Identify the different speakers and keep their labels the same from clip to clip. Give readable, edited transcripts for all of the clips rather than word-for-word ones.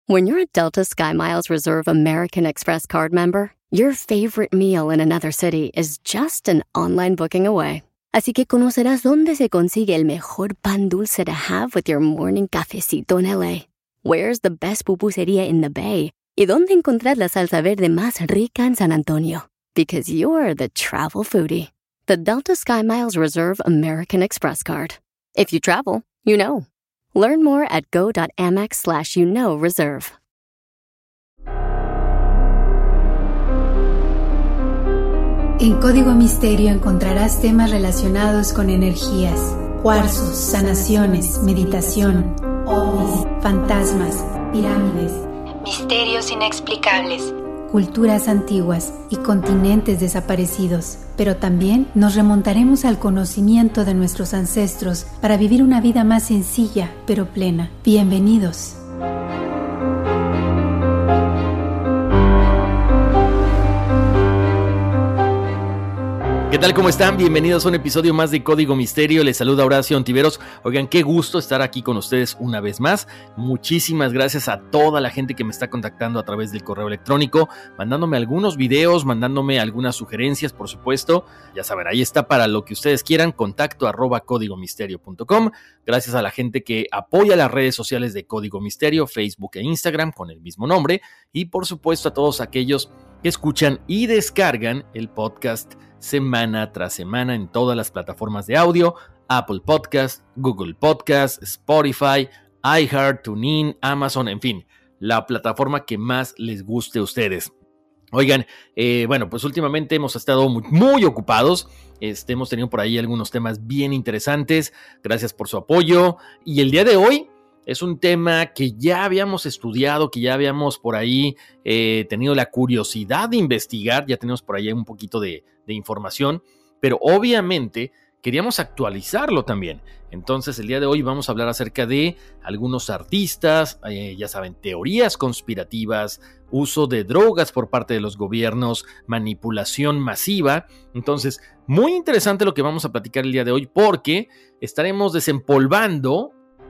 Speaker 1: When you're a Delta SkyMiles Reserve American Express card member, your favorite meal in another city is just an online booking away. Así que conocerás dónde se consigue el mejor pan dulce to have with your morning cafecito en LA. Where's the best pupusería in the Bay? Y dónde encontrar la salsa verde más rica en San Antonio. Because you're the travel foodie. The Delta SkyMiles Reserve American Express card. If you travel, you know. Learn more at go.amex/reserve.
Speaker 2: En Código Misterio encontrarás temas relacionados con energías, cuarzos, sanaciones, meditación, ovnis, fantasmas, pirámides, misterios inexplicables, culturas antiguas y continentes desaparecidos. Pero también nos remontaremos al conocimiento de nuestros ancestros para vivir una vida más sencilla, pero plena. Bienvenidos.
Speaker 3: ¿Qué tal? ¿Cómo están? Bienvenidos a un episodio más de Código Misterio. Les saluda Horacio Ontiveros. Oigan, qué gusto estar aquí con ustedes una vez más. Muchísimas gracias a toda la gente que me está contactando a través del correo electrónico, mandándome algunos videos, mandándome algunas sugerencias, por supuesto. Ya saben, ahí está para lo que ustedes quieran, contacto@códigomisterio.com. Gracias a la gente que apoya las redes sociales de Código Misterio, Facebook e Instagram con el mismo nombre. Y por supuesto a todos aquellos que escuchan y descargan el podcast semana tras semana en todas las plataformas de audio: Apple Podcast, Google Podcast, Spotify, iHeart, TuneIn, Amazon, en fin, la plataforma que más les guste a ustedes. Oigan, pues últimamente hemos estado muy ocupados. Hemos tenido por ahí algunos temas bien interesantes. Gracias por su apoyo. Y el día de hoy es un tema que ya habíamos estudiado, que ya habíamos por ahí tenido la curiosidad de investigar. Ya tenemos por ahí un poquito de información, pero obviamente queríamos actualizarlo también. Entonces el día de hoy vamos a hablar acerca de algunos artistas, ya saben, teorías conspirativas, uso de drogas por parte de los gobiernos, manipulación masiva. Entonces, muy interesante lo que vamos a platicar el día de hoy, porque estaremos desempolvando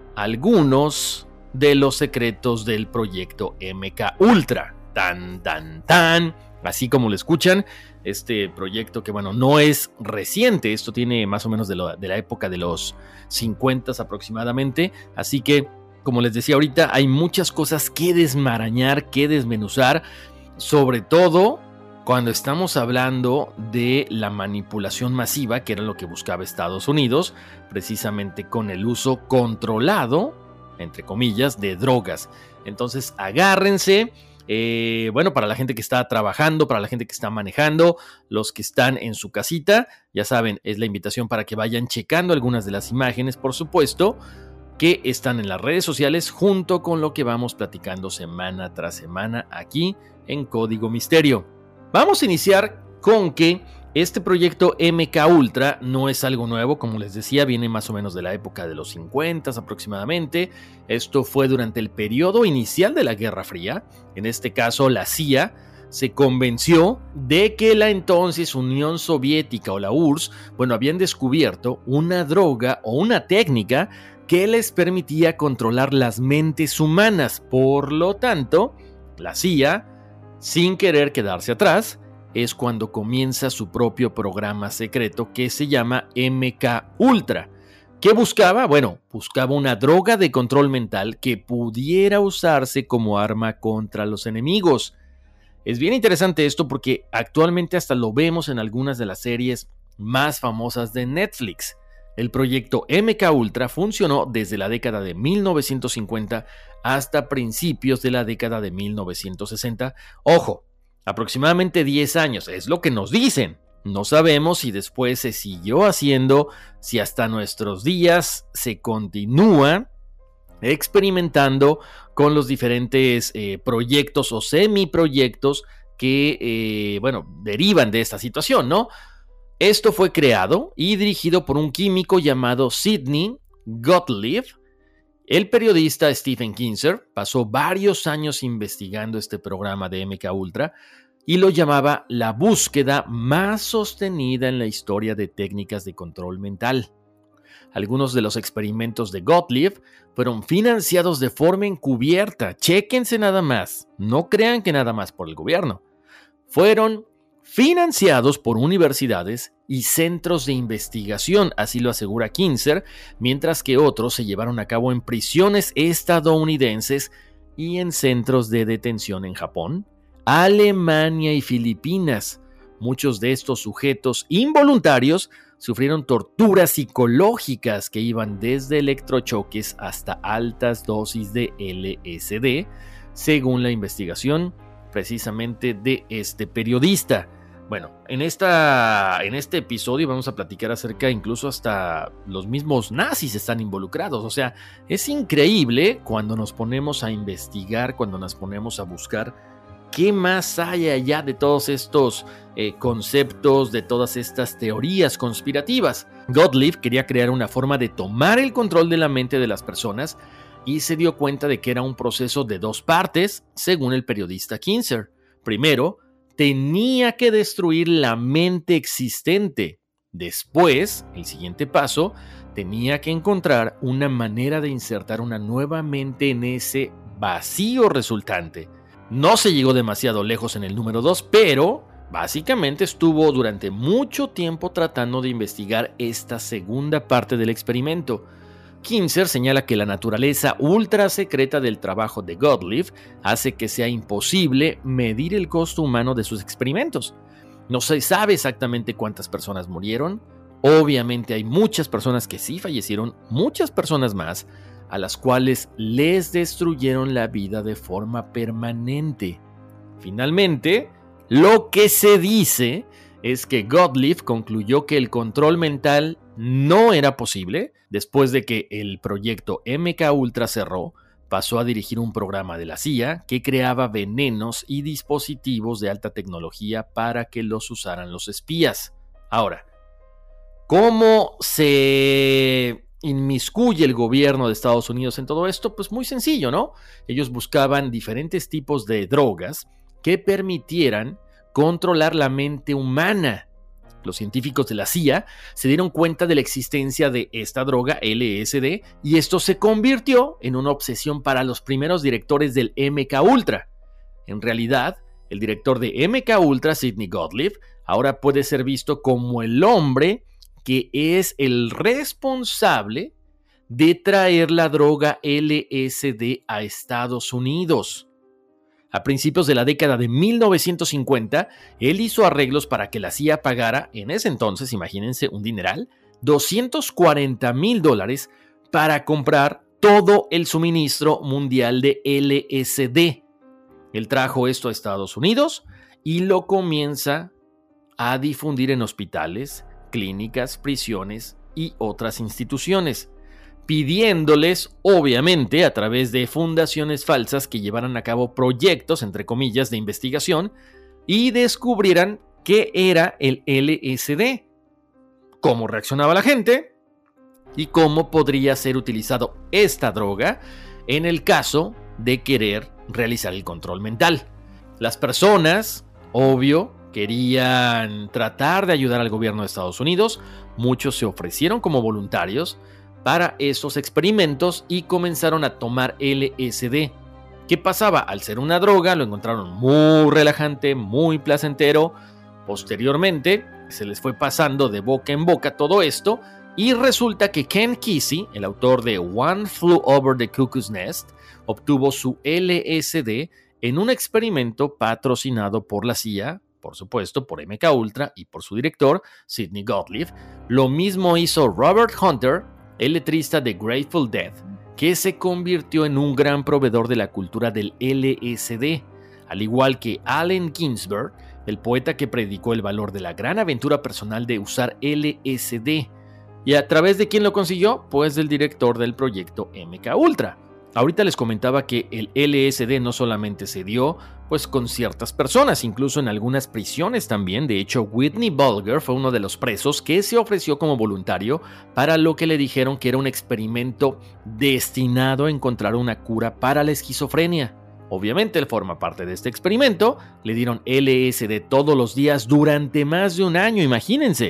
Speaker 3: algunos de los secretos del proyecto MK Ultra. Tan, tan, tan. Así como lo escuchan, este proyecto que, no es reciente. Esto tiene más o menos de la época de los 50 aproximadamente. Así que, como les decía ahorita, hay muchas cosas que desmarañar, que desmenuzar. Sobre todo cuando estamos hablando de la manipulación masiva, que era lo que buscaba Estados Unidos, precisamente con el uso controlado, entre comillas, de drogas. Entonces, agárrense. Para la gente que está trabajando, para la gente que está manejando, los que están en su casita, ya saben, es la invitación para que vayan checando algunas de las imágenes, por supuesto, que están en las redes sociales, junto con lo que vamos platicando semana tras semana aquí en Código Misterio. Vamos a iniciar con que este proyecto MK Ultra no es algo nuevo, como les decía, viene más o menos de la época de los 50 aproximadamente. Esto fue durante el periodo inicial de la Guerra Fría. En este caso, la CIA se convenció de que la entonces Unión Soviética o la URSS, habían descubierto una droga o una técnica que les permitía controlar las mentes humanas. Por lo tanto, la CIA, sin querer quedarse atrás, es cuando comienza su propio programa secreto que se llama MK Ultra. ¿Qué buscaba? Buscaba una droga de control mental que pudiera usarse como arma contra los enemigos. Es bien interesante esto porque actualmente hasta lo vemos en algunas de las series más famosas de Netflix. El proyecto MK Ultra funcionó desde la década de 1950 hasta principios de la década de 1960. Ojo, aproximadamente 10 años, es lo que nos dicen. No sabemos si después se siguió haciendo, si hasta nuestros días se continúa experimentando con los diferentes proyectos o semiproyectos que, derivan de esta situación, ¿no? Esto fue creado y dirigido por un químico llamado Sidney Gottlieb. El periodista Stephen Kinzer pasó varios años investigando este programa de MK Ultra y lo llamaba la búsqueda más sostenida en la historia de técnicas de control mental. Algunos de los experimentos de Gottlieb fueron financiados de forma encubierta. Chéquense nada más. No crean que nada más por el gobierno. Fueron financiados por universidades y centros de investigación, así lo asegura Kinzer, mientras que otros se llevaron a cabo en prisiones estadounidenses y en centros de detención en Japón, Alemania y Filipinas. Muchos de estos sujetos involuntarios sufrieron torturas psicológicas que iban desde electrochoques hasta altas dosis de LSD, según la investigación precisamente de este periodista. Bueno, en este episodio vamos a platicar acerca, incluso hasta los mismos nazis están involucrados. O sea, es increíble cuando nos ponemos a investigar, cuando nos ponemos a buscar qué más hay allá de todos estos conceptos, de todas estas teorías conspirativas. Gottlieb quería crear una forma de tomar el control de la mente de las personas y se dio cuenta de que era un proceso de dos partes, según el periodista Kinzer. Primero, tenía que destruir la mente existente. Después, el siguiente paso, tenía que encontrar una manera de insertar una nueva mente en ese vacío resultante. No se llegó demasiado lejos en el número 2, pero básicamente estuvo durante mucho tiempo tratando de investigar esta segunda parte del experimento. Kinzer señala que la naturaleza ultra secreta del trabajo de Gottlieb hace que sea imposible medir el costo humano de sus experimentos. No se sabe exactamente cuántas personas murieron. Obviamente hay muchas personas que sí fallecieron, muchas personas más a las cuales les destruyeron la vida de forma permanente. Finalmente, lo que se dice es que Gottlieb concluyó que el control mental no era posible. Después de que el proyecto MKUltra cerró, pasó a dirigir un programa de la CIA que creaba venenos y dispositivos de alta tecnología para que los usaran los espías. Ahora, ¿cómo se inmiscuye el gobierno de Estados Unidos en todo esto? Pues muy sencillo, ¿no? Ellos buscaban diferentes tipos de drogas que permitieran controlar la mente humana. Los científicos de la CIA se dieron cuenta de la existencia de esta droga LSD y esto se convirtió en una obsesión para los primeros directores del MKUltra. En realidad, el director de MKUltra, Sidney Gottlieb, ahora puede ser visto como el hombre que es el responsable de traer la droga LSD a Estados Unidos. A principios de la década de 1950, él hizo arreglos para que la CIA pagara, en ese entonces, imagínense, un dineral, $240,000 para comprar todo el suministro mundial de LSD. Él trajo esto a Estados Unidos y lo comienza a difundir en hospitales, clínicas, prisiones y otras instituciones, pidiéndoles, obviamente, a través de fundaciones falsas que llevaran a cabo proyectos, entre comillas, de investigación y descubrieran qué era el LSD, cómo reaccionaba la gente y cómo podría ser utilizado esta droga en el caso de querer realizar el control mental. Las personas, obvio, querían tratar de ayudar al gobierno de Estados Unidos. Muchos se ofrecieron como voluntarios para esos experimentos y comenzaron a tomar LSD. ¿Qué pasaba? Al ser una droga, lo encontraron muy relajante, muy placentero. Posteriormente, se les fue pasando de boca en boca todo esto y resulta que Ken Kesey, el autor de One Flew Over the Cuckoo's Nest, obtuvo su LSD en un experimento patrocinado por la CIA, por supuesto, por MKUltra y por su director, Sidney Gottlieb. Lo mismo hizo Robert Hunter, el letrista de Grateful Dead, que se convirtió en un gran proveedor de la cultura del LSD, al igual que Allen Ginsberg, el poeta que predicó el valor de la gran aventura personal de usar LSD. ¿Y a través de quién lo consiguió? Pues del director del proyecto MKUltra. Ahorita les comentaba que el LSD no solamente se dio pues con ciertas personas, incluso en algunas prisiones también. De hecho, Whitney Bulger fue uno de los presos que se ofreció como voluntario para lo que le dijeron que era un experimento destinado a encontrar una cura para la esquizofrenia. Obviamente él forma parte de este experimento, le dieron LSD todos los días durante más de un año, imagínense.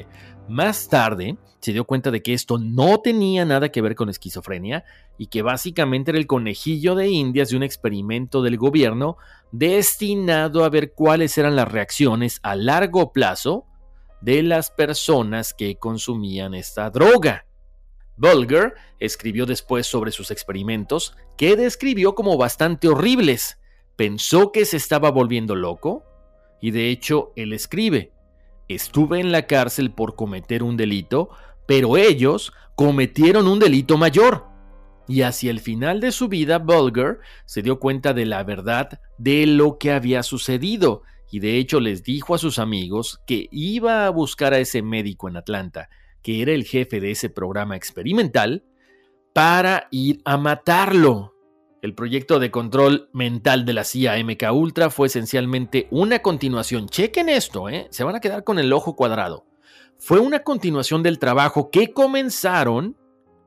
Speaker 3: Más tarde se dio cuenta de que esto no tenía nada que ver con esquizofrenia y que básicamente era el conejillo de indias de un experimento del gobierno destinado a ver cuáles eran las reacciones a largo plazo de las personas que consumían esta droga. Bulger escribió después sobre sus experimentos, que describió como bastante horribles. Pensó que se estaba volviendo loco y de hecho él escribe: estuve en la cárcel por cometer un delito, pero ellos cometieron un delito mayor. Y hacia el final de su vida, Bulger se dio cuenta de la verdad de lo que había sucedido y de hecho les dijo a sus amigos que iba a buscar a ese médico en Atlanta, que era el jefe de ese programa experimental, para ir a matarlo. El proyecto de control mental de la CIA MKUltra fue esencialmente una continuación. Chequen esto, se van a quedar con el ojo cuadrado. Fue una continuación del trabajo que comenzaron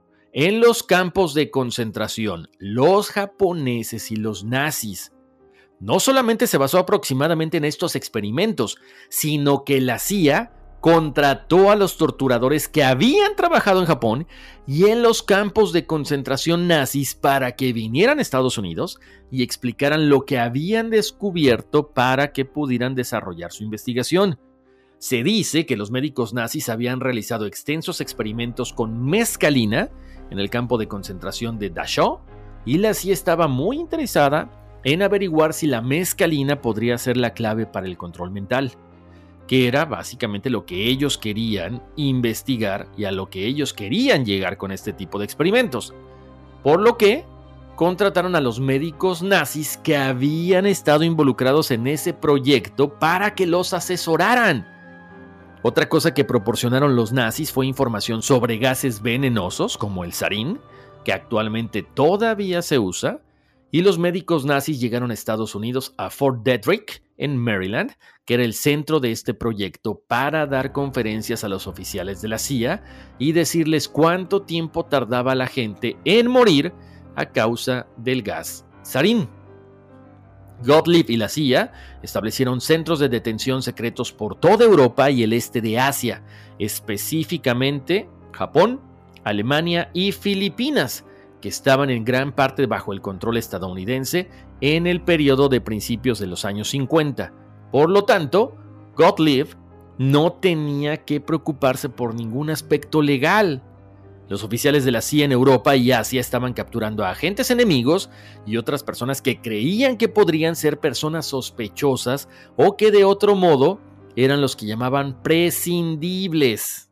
Speaker 3: en los campos de concentración los japoneses y los nazis. No solamente se basó aproximadamente en estos experimentos, sino que la CIA contrató a los torturadores que habían trabajado en Japón y en los campos de concentración nazis para que vinieran a Estados Unidos y explicaran lo que habían descubierto para que pudieran desarrollar su investigación. Se dice que los médicos nazis habían realizado extensos experimentos con mescalina en el campo de concentración de Dachau y la CIA estaba muy interesada en averiguar si la mescalina podría ser la clave para el control mental, que era básicamente lo que ellos querían investigar y a lo que ellos querían llegar con este tipo de experimentos. Por lo que contrataron a los médicos nazis que habían estado involucrados en ese proyecto para que los asesoraran. Otra cosa que proporcionaron los nazis fue información sobre gases venenosos como el sarín, que actualmente todavía se usa, y los médicos nazis llegaron a Estados Unidos a Fort Detrick, en Maryland, que era el centro de este proyecto, para dar conferencias a los oficiales de la CIA y decirles cuánto tiempo tardaba la gente en morir a causa del gas sarín. Gottlieb y la CIA establecieron centros de detención secretos por toda Europa y el este de Asia, específicamente Japón, Alemania y Filipinas, que estaban en gran parte bajo el control estadounidense en el periodo de principios de los años 50. Por lo tanto, Gottlieb no tenía que preocuparse por ningún aspecto legal. Los oficiales de la CIA en Europa y Asia estaban capturando a agentes enemigos y otras personas que creían que podrían ser personas sospechosas o que de otro modo eran los que llamaban prescindibles.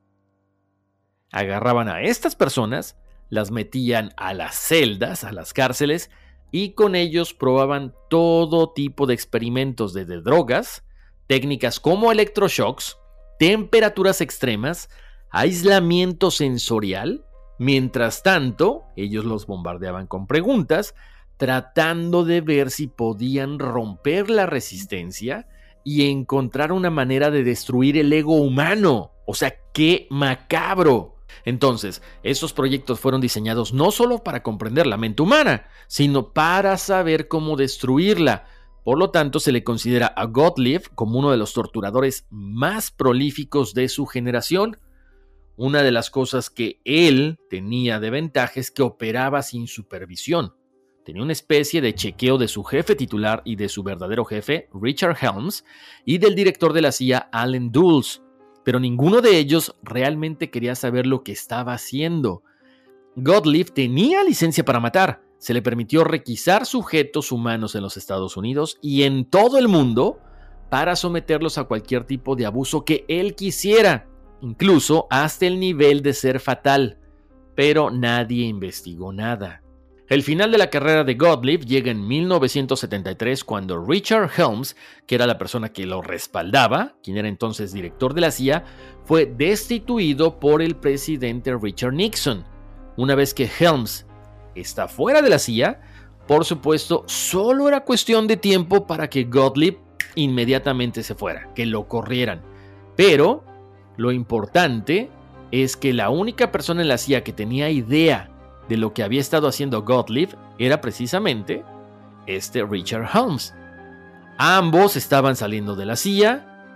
Speaker 3: Agarraban a estas personas, las metían a las celdas, a las cárceles, y con ellos probaban todo tipo de experimentos desde drogas, técnicas como electroshocks, temperaturas extremas, aislamiento sensorial. Mientras tanto, ellos los bombardeaban con preguntas, tratando de ver si podían romper la resistencia y encontrar una manera de destruir el ego humano. O sea, ¡qué macabro! Entonces, estos proyectos fueron diseñados no solo para comprender la mente humana, sino para saber cómo destruirla. Por lo tanto, se le considera a Gottlieb como uno de los torturadores más prolíficos de su generación. Una de las cosas que él tenía de ventaja es que operaba sin supervisión. Tenía una especie de chequeo de su jefe titular y de su verdadero jefe, Richard Helms, y del director de la CIA, Allen Dulles. Pero ninguno de ellos realmente quería saber lo que estaba haciendo. Gottlieb tenía licencia para matar. Se le permitió requisar sujetos humanos en los Estados Unidos y en todo el mundo para someterlos a cualquier tipo de abuso que él quisiera, incluso hasta el nivel de ser fatal. Pero nadie investigó nada. El final de la carrera de Gottlieb llega en 1973 cuando Richard Helms, que era la persona que lo respaldaba, quien era entonces director de la CIA, fue destituido por el presidente Richard Nixon. Una vez que Helms está fuera de la CIA, por supuesto, solo era cuestión de tiempo para que Gottlieb inmediatamente se fuera, que lo corrieran. Pero lo importante es que la única persona en la CIA que tenía idea de lo que había estado haciendo Gottlieb era precisamente Richard Helms. Ambos estaban saliendo de la CIA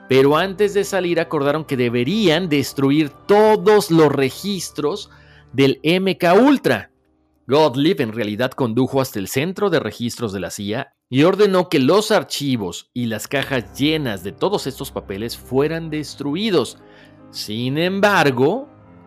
Speaker 3: pero antes de salir acordaron que deberían destruir todos los registros del MK Ultra. Gottlieb en realidad condujo hasta el centro de registros de la CIA y ordenó que los archivos y las cajas llenas de todos estos papeles fueran destruidos. Sin embargo,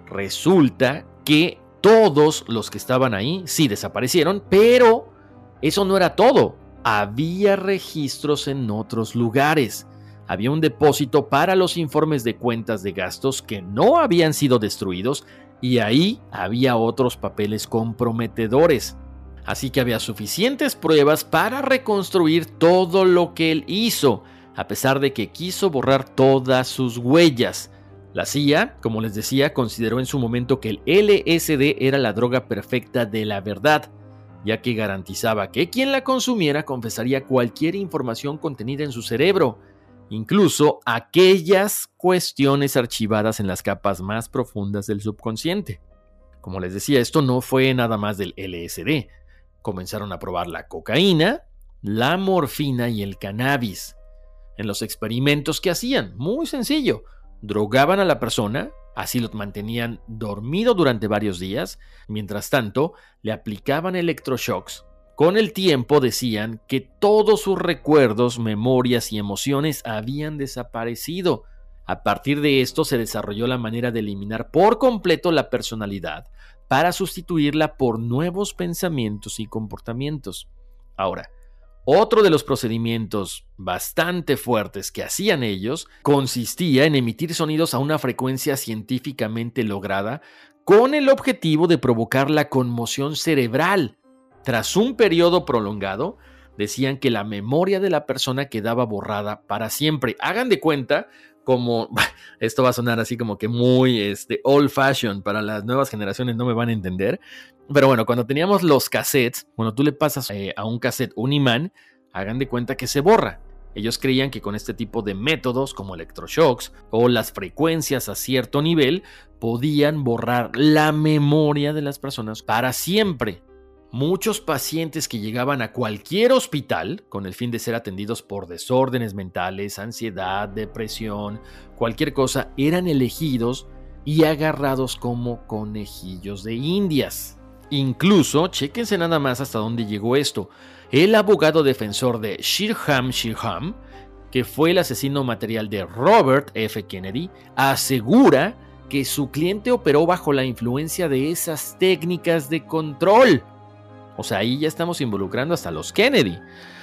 Speaker 3: resulta que todos los que estaban ahí sí desaparecieron, pero eso no era todo. Había registros en otros lugares. Había un depósito para los informes de cuentas de gastos que no habían sido destruidos y ahí había otros papeles comprometedores. Así que había suficientes pruebas para reconstruir todo lo que él hizo, a pesar de que quiso borrar todas sus huellas. La CIA, como les decía, consideró en su momento que el LSD era la droga perfecta de la verdad, ya que garantizaba que quien la consumiera confesaría cualquier información contenida en su cerebro, incluso aquellas cuestiones archivadas en las capas más profundas del subconsciente. Como les decía, esto no fue nada más del LSD. Comenzaron a probar la cocaína, la morfina y el cannabis. En los experimentos que hacían, muy sencillo, drogaban a la persona, así lo mantenían dormido durante varios días, mientras tanto le aplicaban electroshocks. Con el tiempo decían que todos sus recuerdos, memorias y emociones habían desaparecido. A partir de esto se desarrolló la manera de eliminar por completo la personalidad para sustituirla por nuevos pensamientos y comportamientos. Ahora, otro de los procedimientos bastante fuertes que hacían ellos consistía en emitir sonidos a una frecuencia científicamente lograda con el objetivo de provocar la conmoción cerebral. Tras un periodo prolongado, decían que la memoria de la persona quedaba borrada para siempre. Hagan de cuenta como, esto va a sonar así como que muy old fashion, para las nuevas generaciones no me van a entender, pero bueno, cuando teníamos los cassettes, cuando tú le pasas a un cassette un imán, hagan de cuenta que se borra. Ellos creían que con este tipo de métodos como electroshocks o las frecuencias a cierto nivel podían borrar la memoria de las personas para siempre. Muchos pacientes que llegaban a cualquier hospital con el fin de ser atendidos por desórdenes mentales, ansiedad, depresión, cualquier cosa, eran elegidos y agarrados como conejillos de indias. Incluso, chéquense nada más hasta dónde llegó esto, el abogado defensor de Sirhan Sirhan, que fue el asesino material de Robert F. Kennedy, asegura que su cliente operó bajo la influencia de esas técnicas de control. O sea, ahí ya estamos involucrando hasta los Kennedy.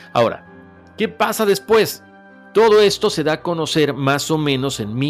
Speaker 3: Ahora, ¿qué pasa después? Todo esto se da a conocer más o menos en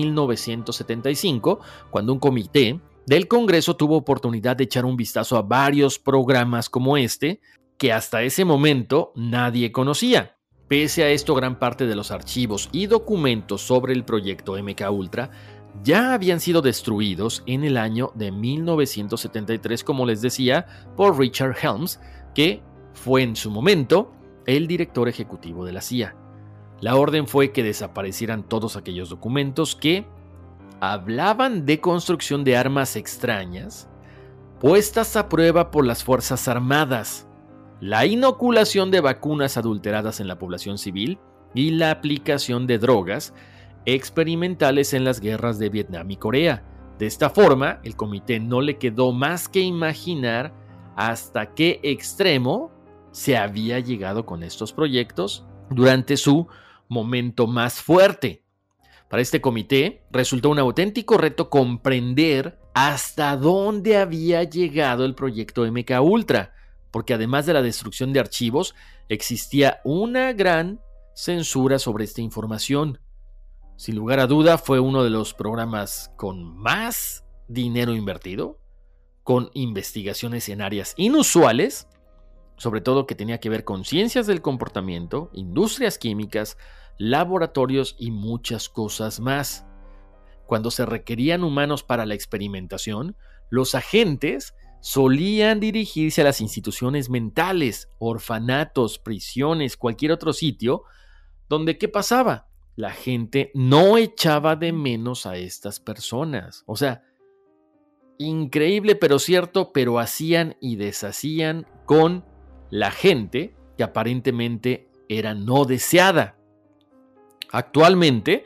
Speaker 3: 1975, cuando un comité del Congreso tuvo oportunidad de echar un vistazo a varios programas como este, que hasta ese momento nadie conocía. Pese a esto, gran parte de los archivos y documentos sobre el proyecto MK Ultra ya habían sido destruidos en el año de 1973, como les decía, por Richard Helms, que fue en su momento el director ejecutivo de la CIA. La orden fue que desaparecieran todos aquellos documentos que hablaban de construcción de armas extrañas puestas a prueba por las Fuerzas Armadas, la inoculación de vacunas adulteradas en la población civil y la aplicación de drogas experimentales en las guerras de Vietnam y Corea. De esta forma, el comité no le quedó más que imaginar hasta qué extremo se había llegado con estos proyectos durante su momento más fuerte. Para este comité resultó un auténtico reto comprender hasta dónde había llegado el proyecto MK Ultra, porque además de la destrucción de archivos, existía una gran censura sobre esta información. Sin lugar a duda, fue uno de los programas con más dinero invertido, con investigaciones en áreas inusuales, sobre todo que tenía que ver con ciencias del comportamiento, industrias químicas, laboratorios y muchas cosas más. Cuando se requerían humanos para la experimentación, los agentes solían dirigirse a las instituciones mentales, orfanatos, prisiones, cualquier otro sitio, donde ¿qué pasaba? La gente no echaba de menos a estas personas. O sea, increíble pero cierto, pero hacían y deshacían con la gente que aparentemente era no deseada. Actualmente,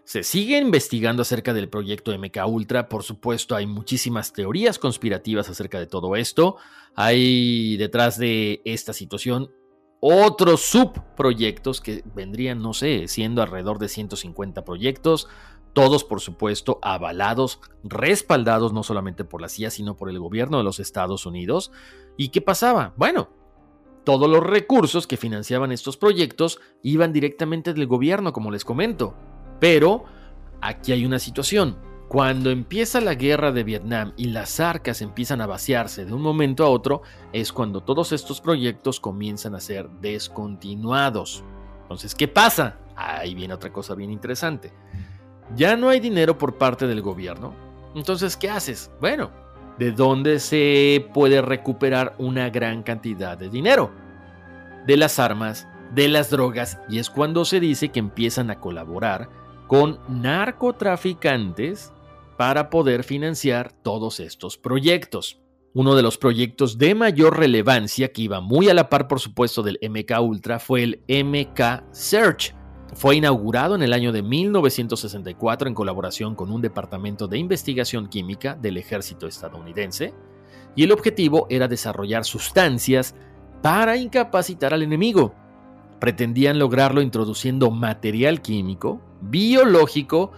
Speaker 3: Se sigue investigando acerca del proyecto MK Ultra. Por supuesto, hay muchísimas teorías conspirativas acerca de todo esto. Hay detrás de esta situación otros subproyectos que vendrían, no sé, siendo alrededor de 150 proyectos. Todos, por supuesto, avalados, respaldados no solamente por la CIA, sino por el gobierno de los Estados Unidos. ¿Y qué pasaba? Bueno, todos los recursos que financiaban estos proyectos iban directamente del gobierno, como les comento. Pero aquí hay una situación. Cuando empieza la guerra de Vietnam y las arcas empiezan a vaciarse de un momento a otro, es cuando todos estos proyectos comienzan a ser descontinuados. Entonces, ¿qué pasa? Ahí viene otra cosa bien interesante. Ya no hay dinero por parte del gobierno. Entonces, ¿qué haces? Bueno, ¿de dónde se puede recuperar una gran cantidad de dinero? De las armas, de las drogas, y es cuando se dice que empiezan a colaborar con narcotraficantes para poder financiar todos estos proyectos. Uno de los proyectos de mayor relevancia, que iba muy a la par, por supuesto, del MK Ultra, fue el MK Search. Fue inaugurado en el año de 1964 en colaboración con un departamento de investigación química del ejército estadounidense, y el objetivo era desarrollar sustancias para incapacitar al enemigo. Pretendían lograrlo introduciendo material químico, biológico,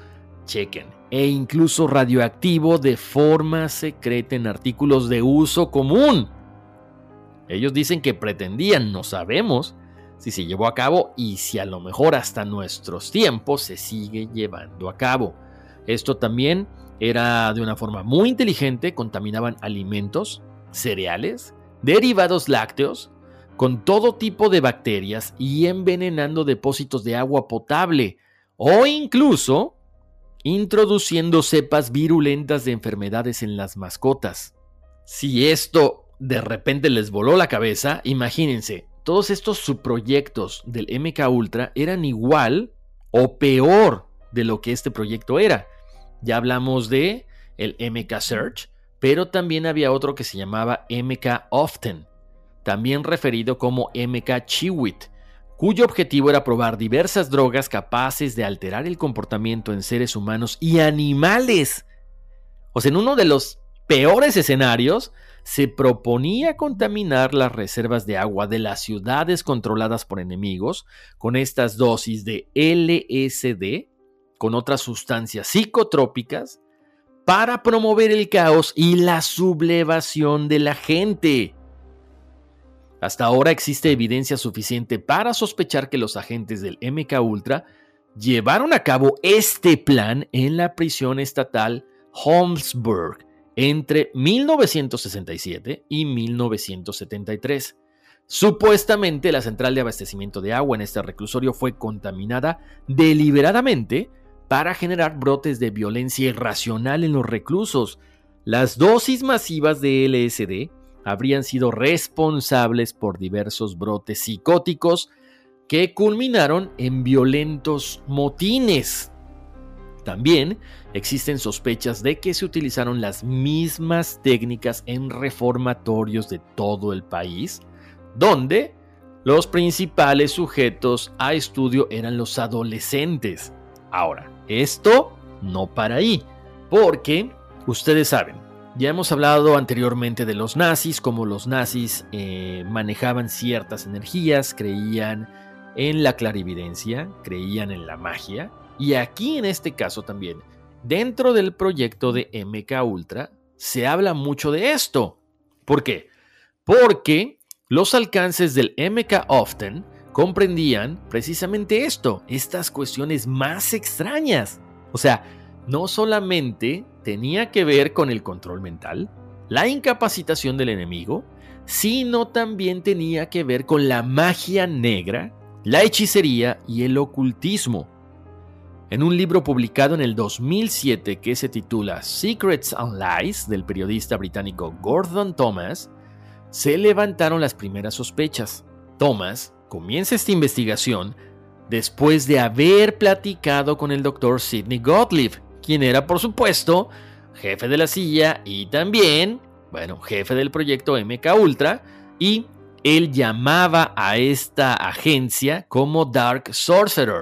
Speaker 3: e incluso radioactivo de forma secreta en artículos de uso común. Ellos dicen que pretendían, no sabemos si se llevó a cabo y si a lo mejor hasta nuestros tiempos se sigue llevando a cabo. Esto también era de una forma muy inteligente, contaminaban alimentos, cereales, derivados lácteos, con todo tipo de bacterias y envenenando depósitos de agua potable o incluso introduciendo cepas virulentas de enfermedades en las mascotas. Si esto de repente les voló la cabeza, imagínense, todos estos subproyectos del MK Ultra eran igual o peor de lo que este proyecto era. Ya hablamos de el MK Search, pero también había otro que se llamaba MK Often, también referido como MK Chiwit, cuyo objetivo era probar diversas drogas capaces de alterar el comportamiento en seres humanos y animales. O sea, en uno de los peores escenarios, se proponía contaminar las reservas de agua de las ciudades controladas por enemigos con estas dosis de LSD, con otras sustancias psicotrópicas, para promover el caos y la sublevación de la gente. Hasta ahora existe evidencia suficiente para sospechar que los agentes del MK Ultra llevaron a cabo este plan en la prisión estatal Holmesburg entre 1967 y 1973. Supuestamente la central de abastecimiento de agua en este reclusorio fue contaminada deliberadamente para generar brotes de violencia irracional en los reclusos. Las dosis masivas de LSD habrían sido responsables por diversos brotes psicóticos que culminaron en violentos motines. También existen sospechas de que se utilizaron las mismas técnicas en reformatorios de todo el país, donde los principales sujetos a estudio eran los adolescentes. Ahora, esto no para ahí, porque ustedes saben, ya hemos hablado anteriormente de los nazis, cómo los nazis manejaban ciertas energías, creían en la clarividencia, creían en la magia, y aquí en este caso también, dentro del proyecto de MK Ultra, se habla mucho de esto. ¿Por qué? Porque los alcances del MK Often comprendían precisamente esto, estas cuestiones más extrañas. O sea, no solamente tenía que ver con el control mental, la incapacitación del enemigo, sino también tenía que ver con la magia negra, la hechicería y el ocultismo. En un libro publicado en el 2007 que se titula Secrets and Lies, del periodista británico Gordon Thomas, se levantaron las primeras sospechas. Thomas comienza esta investigación después de haber platicado con el Dr. Sidney Gottlieb, quien era, por supuesto, jefe de la CIA y también, jefe del proyecto MK Ultra, y él llamaba a esta agencia como Dark Sorcerer.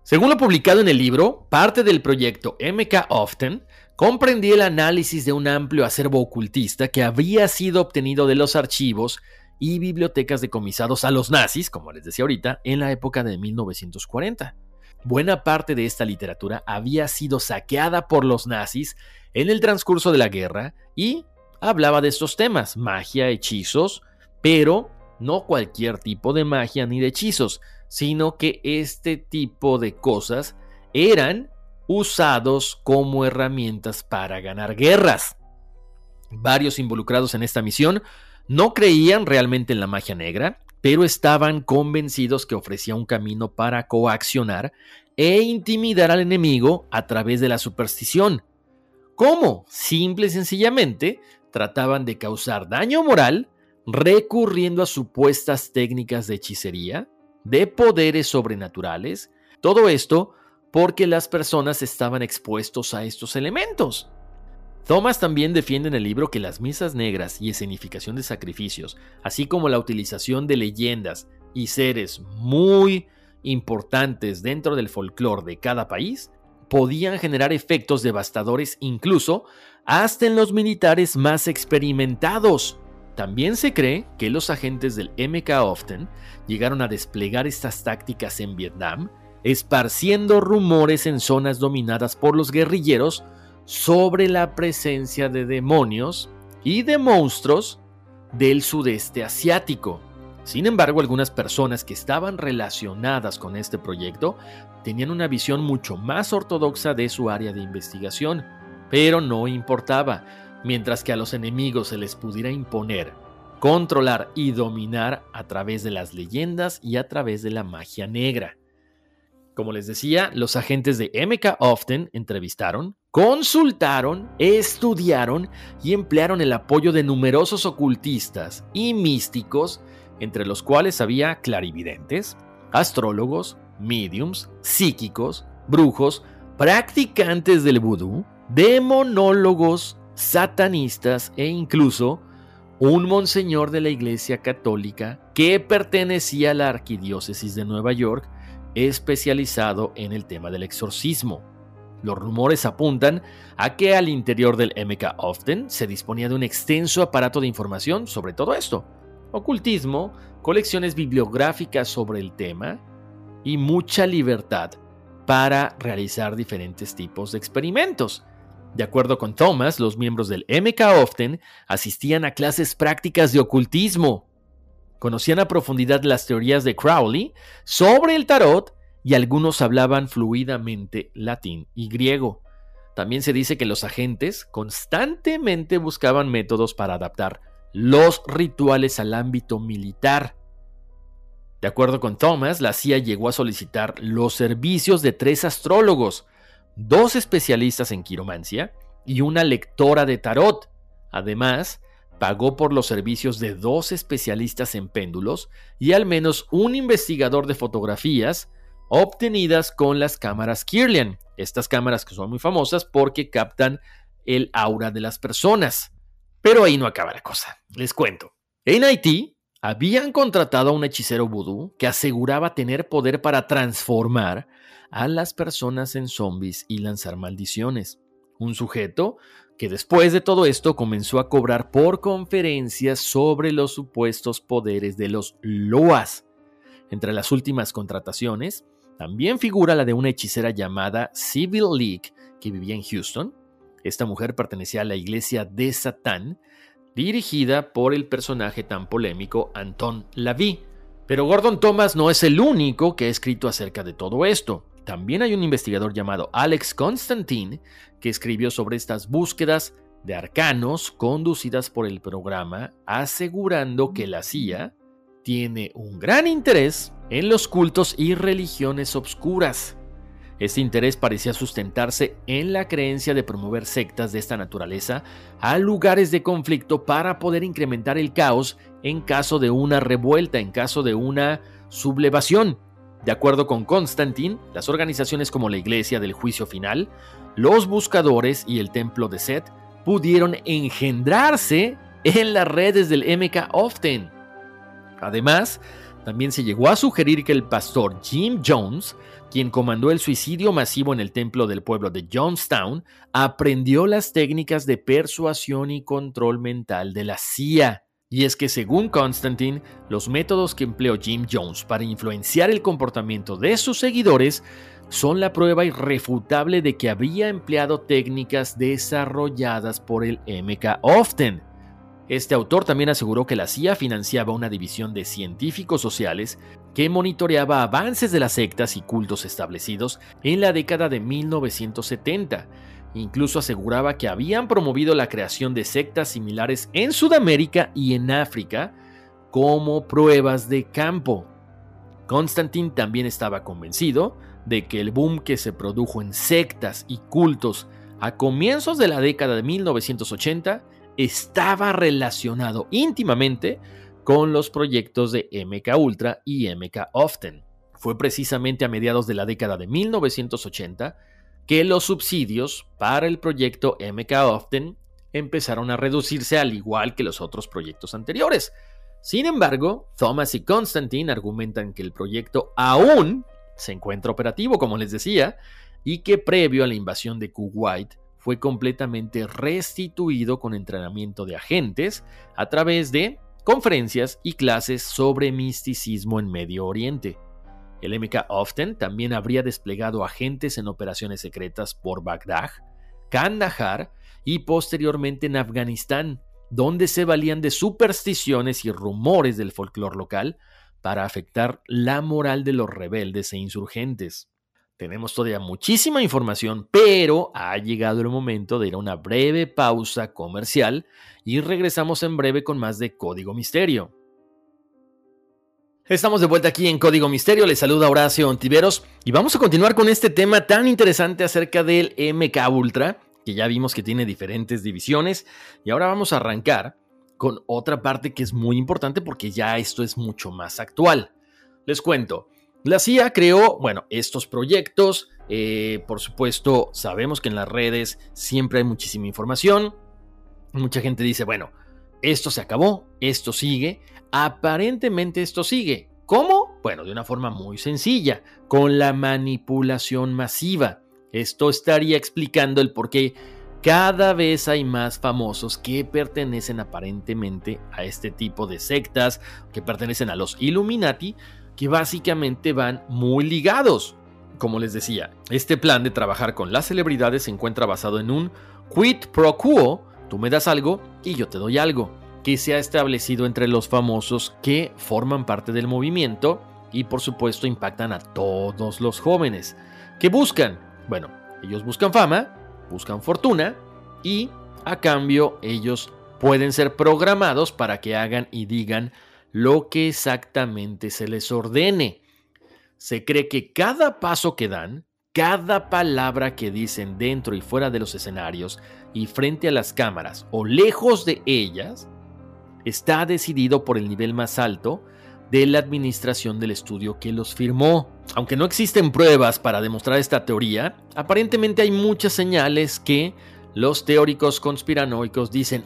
Speaker 3: Según lo publicado en el libro, parte del proyecto MK Ultra comprendía el análisis de un amplio acervo ocultista que había sido obtenido de los archivos y bibliotecas decomisados a los nazis, como les decía ahorita, en la época de 1940. Buena parte de esta literatura había sido saqueada por los nazis en el transcurso de la guerra y hablaba de estos temas, magia, hechizos, pero no cualquier tipo de magia ni de hechizos, sino que este tipo de cosas eran usados como herramientas para ganar guerras. Varios involucrados en esta misión no creían realmente en la magia negra, pero estaban convencidos que ofrecía un camino para coaccionar e intimidar al enemigo a través de la superstición. ¿Cómo? Simple y sencillamente trataban de causar daño moral recurriendo a supuestas técnicas de hechicería, de poderes sobrenaturales, todo esto porque las personas estaban expuestos a estos elementos. Thomas también defiende en el libro que las misas negras y escenificación de sacrificios, así como la utilización de leyendas y seres muy importantes dentro del folclore de cada país, podían generar efectos devastadores incluso hasta en los militares más experimentados. También se cree que los agentes del MK Ultra llegaron a desplegar estas tácticas en Vietnam, esparciendo rumores en zonas dominadas por los guerrilleros sobre la presencia de demonios y de monstruos del sudeste asiático. Sin embargo, algunas personas que estaban relacionadas con este proyecto tenían una visión mucho más ortodoxa de su área de investigación, pero no importaba. Mientras que a los enemigos se les pudiera imponer, controlar y dominar a través de las leyendas y a través de la magia negra. Como les decía, los agentes de MK Ultra entrevistaron, consultaron, estudiaron y emplearon el apoyo de numerosos ocultistas y místicos, entre los cuales había clarividentes, astrólogos, mediums, psíquicos, brujos, practicantes del vudú, demonólogos, satanistas e incluso un monseñor de la Iglesia Católica que pertenecía a la Arquidiócesis de Nueva York, especializado en el tema del exorcismo. Los rumores apuntan a que al interior del MK Ultra se disponía de un extenso aparato de información sobre todo esto: ocultismo, colecciones bibliográficas sobre el tema y mucha libertad para realizar diferentes tipos de experimentos. De acuerdo con Thomas, los miembros del MK Ultra asistían a clases prácticas de ocultismo, conocían a profundidad las teorías de Crowley sobre el tarot y algunos hablaban fluidamente latín y griego. También se dice que los agentes constantemente buscaban métodos para adaptar los rituales al ámbito militar. De acuerdo con Thomas, la CIA llegó a solicitar los servicios de 3 astrólogos, 2 especialistas en quiromancia y una lectora de tarot. Además, pagó por los servicios de 2 especialistas en péndulos y al menos un investigador de fotografías obtenidas con las cámaras Kirlian. Estas cámaras que son muy famosas porque captan el aura de las personas. Pero ahí no acaba la cosa. Les cuento. En Haití habían contratado a un hechicero vudú que aseguraba tener poder para transformar a las personas en zombies y lanzar maldiciones. Un sujeto que después de todo esto comenzó a cobrar por conferencias sobre los supuestos poderes de los Loas. Entre las últimas contrataciones también figura la de una hechicera llamada Sybil Leek que vivía en Houston. Esta mujer pertenecía a la iglesia de Satán, dirigida por el personaje tan polémico Anton LaVey. Pero Gordon Thomas no es el único que ha escrito acerca de todo esto. También hay un investigador llamado Alex Constantine que escribió sobre estas búsquedas de arcanos conducidas por el programa, asegurando que la CIA tiene un gran interés en los cultos y religiones obscuras. Este interés parecía sustentarse en la creencia de promover sectas de esta naturaleza a lugares de conflicto para poder incrementar el caos en caso de una revuelta, en caso de una sublevación. De acuerdo con Constantine, las organizaciones como la Iglesia del Juicio Final, los Buscadores y el Templo de Set pudieron engendrarse en las redes del MK Ultra. Además, También se llegó a sugerir que el pastor Jim Jones, quien comandó el suicidio masivo en el templo del pueblo de Jonestown, aprendió las técnicas de persuasión y control mental de la CIA. Y es que según Constantine, los métodos que empleó Jim Jones para influenciar el comportamiento de sus seguidores son la prueba irrefutable de que había empleado técnicas desarrolladas por el MK Ultra. Este autor también aseguró que la CIA financiaba una división de científicos sociales que monitoreaba avances de las sectas y cultos establecidos en la década de 1970. Incluso aseguraba que habían promovido la creación de sectas similares en Sudamérica y en África como pruebas de campo. Constantine también estaba convencido de que el boom que se produjo en sectas y cultos a comienzos de la década de 1980 estaba relacionado íntimamente con los proyectos de MK Ultra y MK Ultra. Fue precisamente a mediados de la década de 1980 que los subsidios para el proyecto MK Ultra empezaron a reducirse al igual que los otros proyectos anteriores. Sin embargo, Thomas y Constantine argumentan que el proyecto aún se encuentra operativo, como les decía, y que previo a la invasión de Kuwait fue completamente restituido con entrenamiento de agentes a través de conferencias y clases sobre misticismo en Medio Oriente. El MK Ultra también habría desplegado agentes en operaciones secretas por Bagdad, Kandahar y posteriormente en Afganistán, donde se valían de supersticiones y rumores del folclore local para afectar la moral de los rebeldes e insurgentes. Tenemos todavía muchísima información, pero ha llegado el momento de ir a una breve pausa comercial y regresamos en breve con más de Código Misterio. Estamos de vuelta aquí en Código Misterio, les saluda Horacio Ontiveros y vamos a continuar con este tema tan interesante acerca del MK Ultra, que ya vimos que tiene diferentes divisiones y ahora vamos a arrancar con otra parte que es muy importante porque ya esto es mucho más actual. Les cuento. La CIA creó, estos proyectos, por supuesto, sabemos que en las redes siempre hay muchísima información. Mucha gente dice, esto se acabó, esto sigue. Aparentemente esto sigue. ¿Cómo? Bueno, de una forma muy sencilla, con la manipulación masiva. Esto estaría explicando el por qué cada vez hay más famosos que pertenecen aparentemente a este tipo de sectas, que pertenecen a los Illuminati, que básicamente van muy ligados. Como les decía, este plan de trabajar con las celebridades se encuentra basado en un quid pro quo, tú me das algo y yo te doy algo, que se ha establecido entre los famosos que forman parte del movimiento y por supuesto impactan a todos los jóvenes. ¿Qué buscan? Ellos buscan fama, buscan fortuna y a cambio ellos pueden ser programados para que hagan y digan lo que exactamente se les ordene. Se cree que cada paso que dan, cada palabra que dicen dentro y fuera de los escenarios y frente a las cámaras o lejos de ellas, está decidido por el nivel más alto de la administración del estudio que los firmó. Aunque no existen pruebas para demostrar esta teoría, aparentemente hay muchas señales que los teóricos conspiranoicos dicen,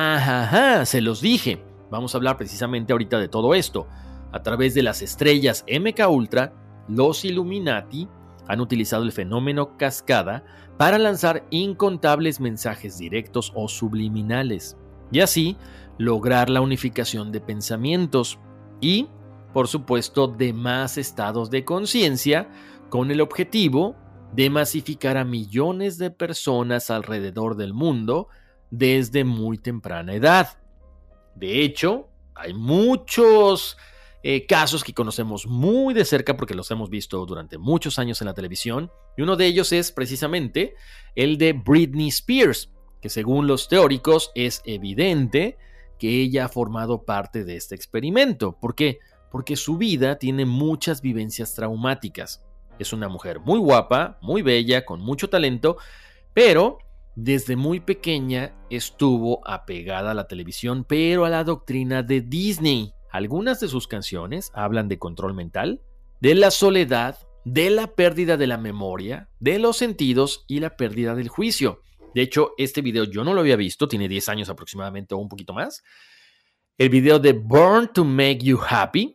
Speaker 3: se los dije. Vamos a hablar precisamente ahorita de todo esto. A través de las estrellas MK Ultra, los Illuminati han utilizado el fenómeno cascada para lanzar incontables mensajes directos o subliminales y así lograr la unificación de pensamientos y, por supuesto, de más estados de conciencia con el objetivo de masificar a millones de personas alrededor del mundo desde muy temprana edad. De hecho, hay muchos casos que conocemos muy de cerca porque los hemos visto durante muchos años en la televisión y uno de ellos es precisamente el de Britney Spears, que según los teóricos es evidente que ella ha formado parte de este experimento. ¿Por qué? Porque su vida tiene muchas vivencias traumáticas. Es una mujer muy guapa, muy bella, con mucho talento, pero desde muy pequeña estuvo apegada a la televisión, pero a la doctrina de Disney. Algunas de sus canciones hablan de control mental, de la soledad, de la pérdida de la memoria, de los sentidos y la pérdida del juicio. De hecho, este video yo no lo había visto, tiene 10 años aproximadamente o un poquito más. El video de Born to Make You Happy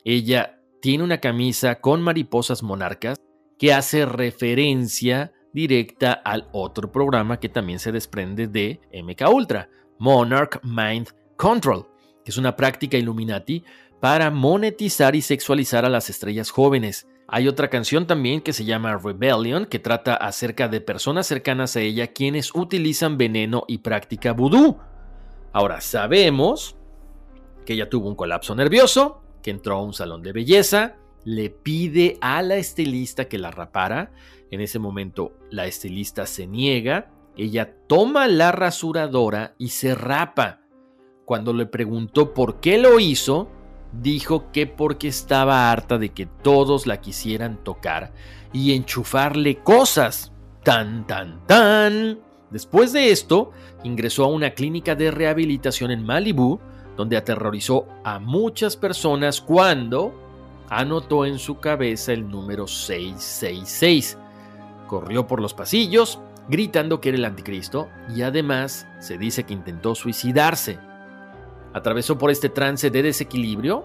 Speaker 3: ella tiene una camisa con mariposas monarcas que hace referencia directa al otro programa que también se desprende de MKUltra, Monarch Mind Control, que es una práctica Illuminati para monetizar y sexualizar a las estrellas jóvenes. Hay otra canción también que se llama Rebellion, que trata acerca de personas cercanas a ella quienes utilizan veneno y práctica vudú. Ahora, sabemos que ella tuvo un colapso nervioso, que entró a un salón de belleza, le pide a la estilista que la rapara. En ese momento la estilista se niega, ella toma la rasuradora y se rapa. Cuando le preguntó por qué lo hizo, dijo que porque estaba harta de que todos la quisieran tocar y enchufarle cosas. ¡Tan, tan, tan! Después de esto, ingresó a una clínica de rehabilitación en Malibú, donde aterrorizó a muchas personas cuando anotó en su cabeza el número 666. Corrió por los pasillos, gritando que era el anticristo, y además se dice que intentó suicidarse. Atravesó por este trance de desequilibrio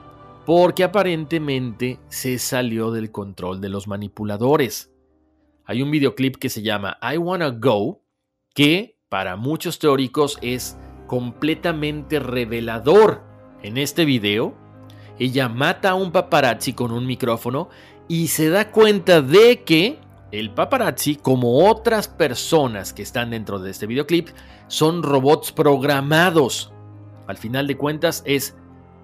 Speaker 3: porque aparentemente se salió del control de los manipuladores. Hay un videoclip que se llama I Wanna Go, que para muchos teóricos es completamente revelador. En este video, ella mata a un paparazzi con un micrófono y se da cuenta de que el paparazzi, como otras personas que están dentro de este videoclip, son robots programados. Al final de cuentas es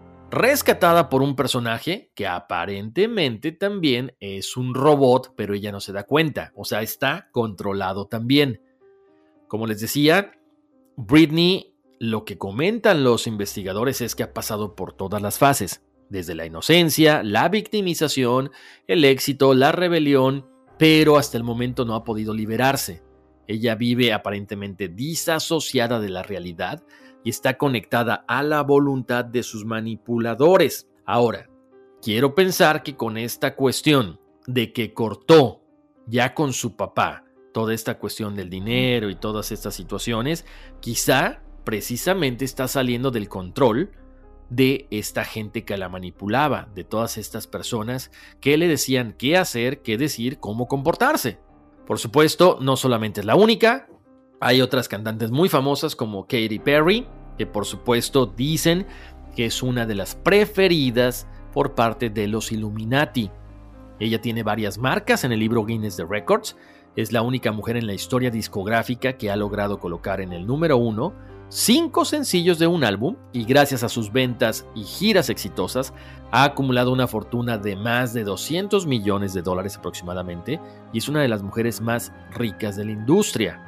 Speaker 3: rescatada por un personaje que aparentemente también es un robot, pero ella no se da cuenta, o sea, está controlado también. Como les decía, Britney, lo que comentan los investigadores es que ha pasado por todas las fases, desde la inocencia, la victimización, el éxito, la rebelión, pero hasta el momento no ha podido liberarse. Ella vive aparentemente disasociada de la realidad y está conectada a la voluntad de sus manipuladores. Ahora, quiero pensar que con esta cuestión de que cortó ya con su papá toda esta cuestión del dinero y todas estas situaciones, quizá precisamente está saliendo del control de esta gente que la manipulaba, de todas estas personas que le decían qué hacer, qué decir, cómo comportarse. Por supuesto, no solamente es la única. Hay otras cantantes muy famosas como Katy Perry, que por supuesto dicen que es una de las preferidas por parte de los Illuminati. Ella tiene varias marcas en el libro Guinness de Records. Es la única mujer en la historia discográfica que ha logrado colocar en el número 1 5 sencillos de un álbum, y gracias a sus ventas y giras exitosas ha acumulado una fortuna de más de $200 millones aproximadamente, y es una de las mujeres más ricas de la industria.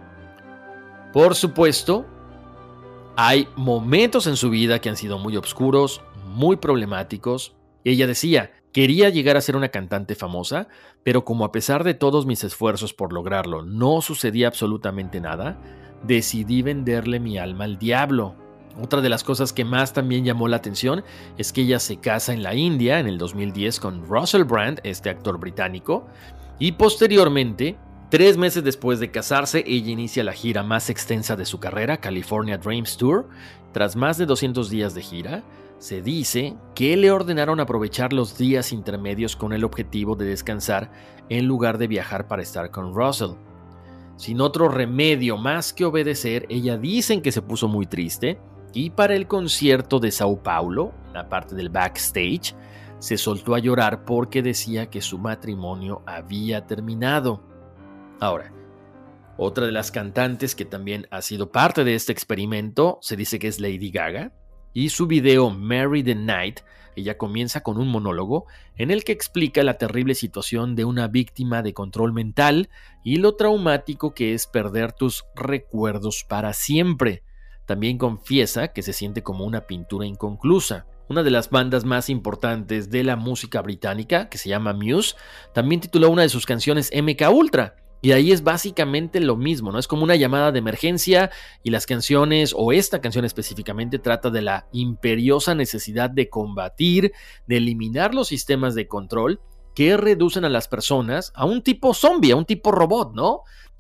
Speaker 3: Por supuesto, hay momentos en su vida que han sido muy oscuros, muy problemáticos. Ella decía, quería llegar a ser una cantante famosa, pero como a pesar de todos mis esfuerzos por lograrlo no sucedía absolutamente nada, decidí venderle mi alma al diablo. Otra de las cosas que más también llamó la atención es que ella se casa en la India en el 2010 con Russell Brand, este actor británico, y posteriormente, 3 meses después de casarse, ella inicia la gira más extensa de su carrera, California Dreams Tour. Tras más de 200 días de gira, se dice que le ordenaron aprovechar los días intermedios con el objetivo de descansar en lugar de viajar para estar con Russell. Sin otro remedio más que obedecer, ella dicen que se puso muy triste y para el concierto de Sao Paulo, la parte del backstage, se soltó a llorar porque decía que su matrimonio había terminado. Ahora, otra de las cantantes que también ha sido parte de este experimento se dice que es Lady Gaga, y su video Marry the Night, ella comienza con un monólogo en el que explica la terrible situación de una víctima de control mental y lo traumático que es perder tus recuerdos para siempre. También confiesa que se siente como una pintura inconclusa. Una de las bandas más importantes de la música británica, que se llama Muse, también tituló una de sus canciones MKUltra. Y ahí es básicamente lo mismo, ¿no? Es como una llamada de emergencia, y las canciones, o esta canción específicamente, trata de la imperiosa necesidad de combatir, de eliminar los sistemas de control que reducen a las personas a un tipo zombie, a un tipo robot, ¿no?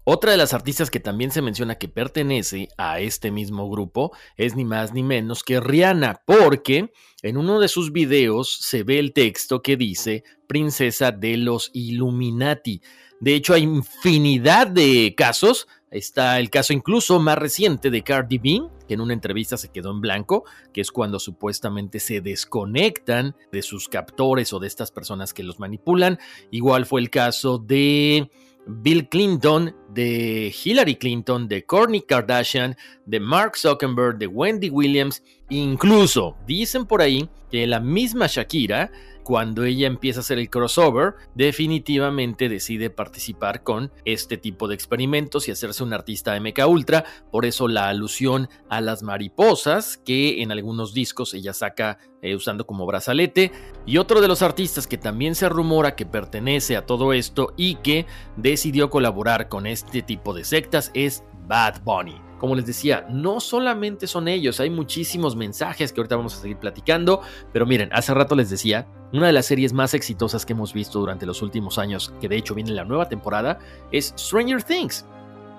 Speaker 3: Otra de las artistas que también se menciona que pertenece a este mismo grupo es ni más ni menos que Rihanna, porque en uno de sus videos se ve el texto que dice Princesa de los Illuminati. De hecho, hay infinidad de casos. Está el caso incluso más reciente de Cardi B, que en una entrevista se quedó en blanco, que es cuando supuestamente se desconectan de sus captores o de estas personas que los manipulan. Igual fue el caso de Bill Clinton, de Hillary Clinton, de Kourtney Kardashian, de Mark Zuckerberg, de Wendy Williams. Incluso dicen por ahí que la misma Shakira, cuando ella empieza a hacer el crossover, definitivamente decide participar con este tipo de experimentos y hacerse un artista MKUltra. Por eso la alusión a las mariposas que en algunos discos ella saca usando como brazalete. Y otro de los artistas que también se rumora que pertenece a todo esto y que decidió colaborar con este tipo de sectas es Bad Bunny. Como les decía, no solamente son ellos, hay muchísimos mensajes que ahorita vamos a seguir platicando, pero miren, hace rato les decía, una de las series más exitosas que hemos visto durante los últimos años, que de hecho viene en la nueva temporada, es Stranger Things.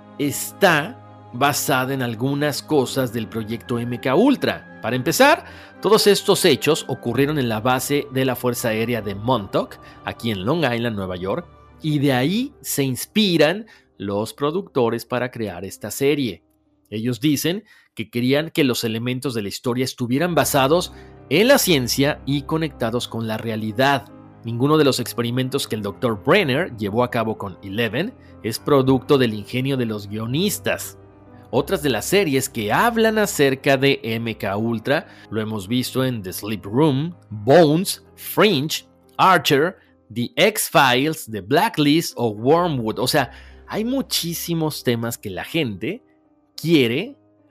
Speaker 3: Está basada en algunas cosas del proyecto MKUltra. Para empezar, todos estos hechos ocurrieron en la base de la Fuerza Aérea de Montauk, aquí en Long Island, Nueva York, y de ahí se inspiran los productores para crear esta serie. Ellos dicen que querían que los elementos de la historia estuvieran basados en la ciencia y conectados con la realidad. Ninguno de los experimentos que el Dr. Brenner llevó a cabo con Eleven es producto del ingenio de los guionistas. Otras de las series que hablan acerca de MKUltra lo hemos visto en The Sleep Room, Bones, Fringe, Archer, The X-Files, The Blacklist o Wormwood. O sea, hay muchísimos temas que la gente quiere,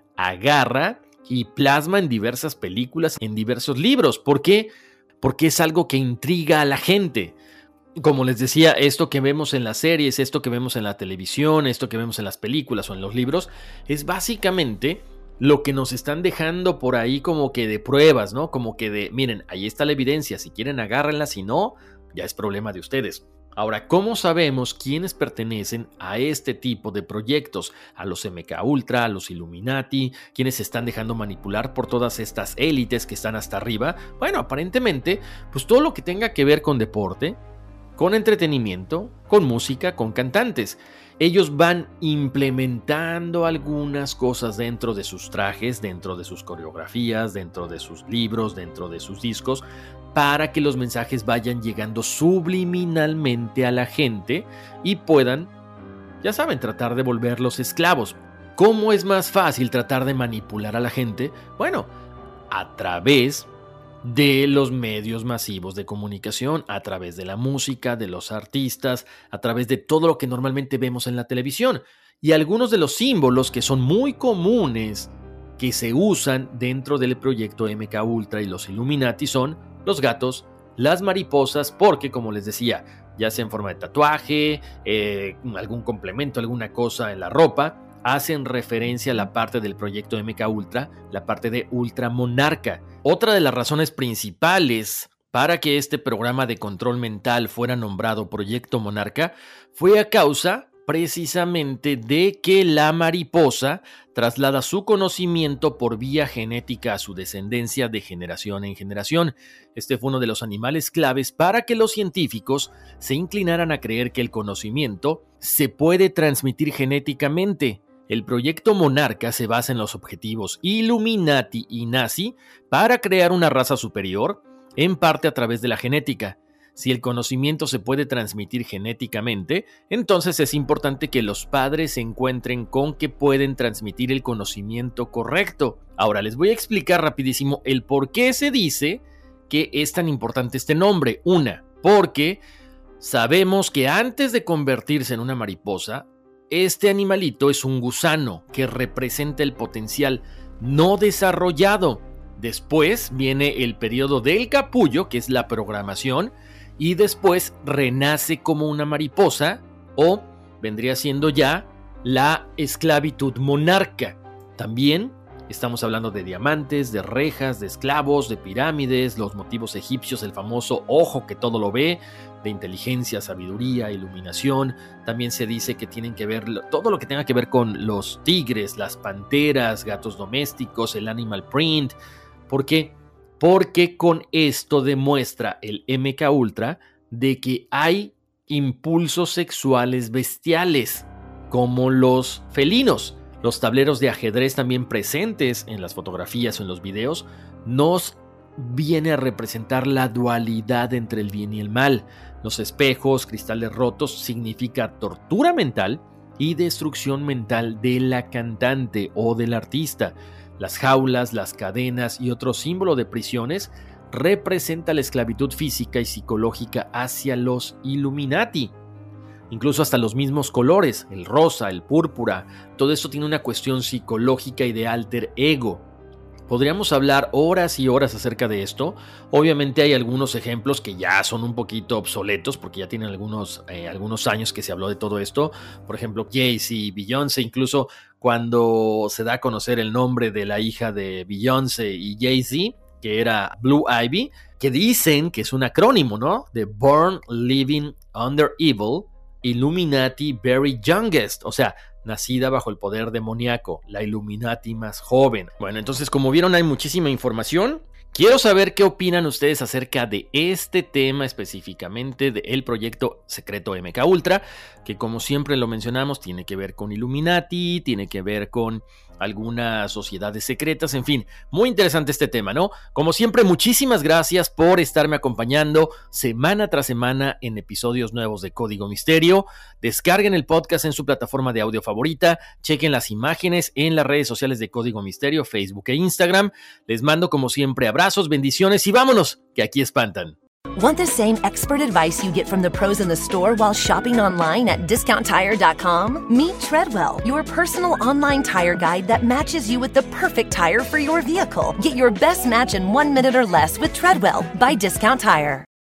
Speaker 3: agarra y plasma en diversas películas, en diversos libros. ¿Por qué? Porque es algo que intriga a la gente. Como les decía, esto que vemos en las series, esto que vemos en la televisión, esto que vemos en las películas o en los libros, es básicamente lo que nos están dejando por ahí como que de pruebas, ¿no? Como que de, miren, ahí está la evidencia, si quieren agárrenla, si no, ya es problema de ustedes. Ahora, ¿cómo sabemos quiénes pertenecen a este tipo de proyectos? A los MKUltra, a los Illuminati, quiénes se están dejando manipular por todas estas élites que están hasta arriba. Bueno, aparentemente, pues todo lo que tenga que ver con deporte, con entretenimiento, con música, con cantantes. Ellos van implementando algunas cosas dentro de sus trajes, dentro de sus coreografías, dentro de sus libros, dentro de sus discos, para que los mensajes vayan llegando subliminalmente a la gente y puedan, ya saben, tratar de volverlos esclavos. ¿Cómo es más fácil tratar de manipular a la gente? Bueno, a través de los medios masivos de comunicación, a través de la música, de los artistas, a través de todo lo que normalmente vemos en la televisión. Y algunos de los símbolos que son muy comunes que se usan dentro del proyecto MKUltra y los Illuminati son los gatos, las mariposas, porque como les decía, ya sea en forma de tatuaje, algún complemento, alguna cosa en la ropa, hacen referencia a la parte del proyecto MKUltra, la parte de Ultramonarca. Otra de las razones principales para que este programa de control mental fuera nombrado Proyecto Monarca fue a causa precisamente de que la mariposa traslada su conocimiento por vía genética a su descendencia de generación en generación. Este fue uno de los animales claves para que los científicos se inclinaran a creer que el conocimiento se puede transmitir genéticamente. El proyecto Monarca se basa en los objetivos Illuminati y Nazi para crear una raza superior, en parte a través de la genética. Si el conocimiento se puede transmitir genéticamente, entonces es importante que los padres se encuentren con que pueden transmitir el conocimiento correcto. Ahora les voy a explicar rapidísimo el por qué se dice que es tan importante este nombre. Porque sabemos que antes de convertirse en una mariposa, este animalito es un gusano que representa el potencial no desarrollado. Después viene el periodo del capullo, que es la programación, y después renace como una mariposa o vendría siendo ya la esclavitud monarca. También estamos hablando de diamantes, de rejas, de esclavos, de pirámides, los motivos egipcios, el famoso ojo que todo lo ve, de inteligencia, sabiduría, iluminación. También se dice que tienen que ver todo lo que tenga que ver con los tigres, las panteras, gatos domésticos, el animal print. ¿Por qué? Porque con esto demuestra el MK Ultra de que hay impulsos sexuales bestiales, como los felinos. Los tableros de ajedrez también presentes en las fotografías o en los videos nos viene a representar la dualidad entre el bien y el mal. Los espejos, cristales rotos, significa tortura mental y destrucción mental de la cantante o del artista. Las jaulas, las cadenas y otro símbolo de prisiones representa la esclavitud física y psicológica hacia los Illuminati. Incluso hasta los mismos colores, el rosa, el púrpura, todo esto tiene una cuestión psicológica y de alter ego. Podríamos hablar horas y horas acerca de esto. Obviamente hay algunos ejemplos que ya son un poquito obsoletos porque ya tienen algunos años que se habló de todo esto. Por ejemplo, Jay-Z, Beyoncé, incluso cuando se da a conocer el nombre de la hija de Beyoncé y Jay-Z, que era Blue Ivy, que dicen que es un acrónimo, ¿no? De Born Living Under Evil, Illuminati Very Youngest, o sea, nacida bajo el poder demoníaco, la Illuminati más joven. Bueno, entonces como vieron hay muchísima información. Quiero saber qué opinan ustedes acerca de este tema específicamente del proyecto secreto MK Ultra, que como siempre lo mencionamos tiene que ver con Illuminati, tiene que ver con algunas sociedades secretas, en fin, muy interesante este tema, ¿no? Como siempre, muchísimas gracias por estarme acompañando semana tras semana en episodios nuevos de Código Misterio. Descarguen el podcast en su plataforma de audio favorita, chequen las imágenes en las redes sociales de Código Misterio, Facebook e Instagram. Les mando como siempre abrazos, bendiciones y vámonos, que aquí espantan.
Speaker 4: Want the same expert advice you get from the pros in the store while shopping online at DiscountTire.com? Meet Treadwell, your personal online tire guide that matches you with the perfect tire for your vehicle. Get your best match in 1 minute or less with Treadwell by Discount Tire.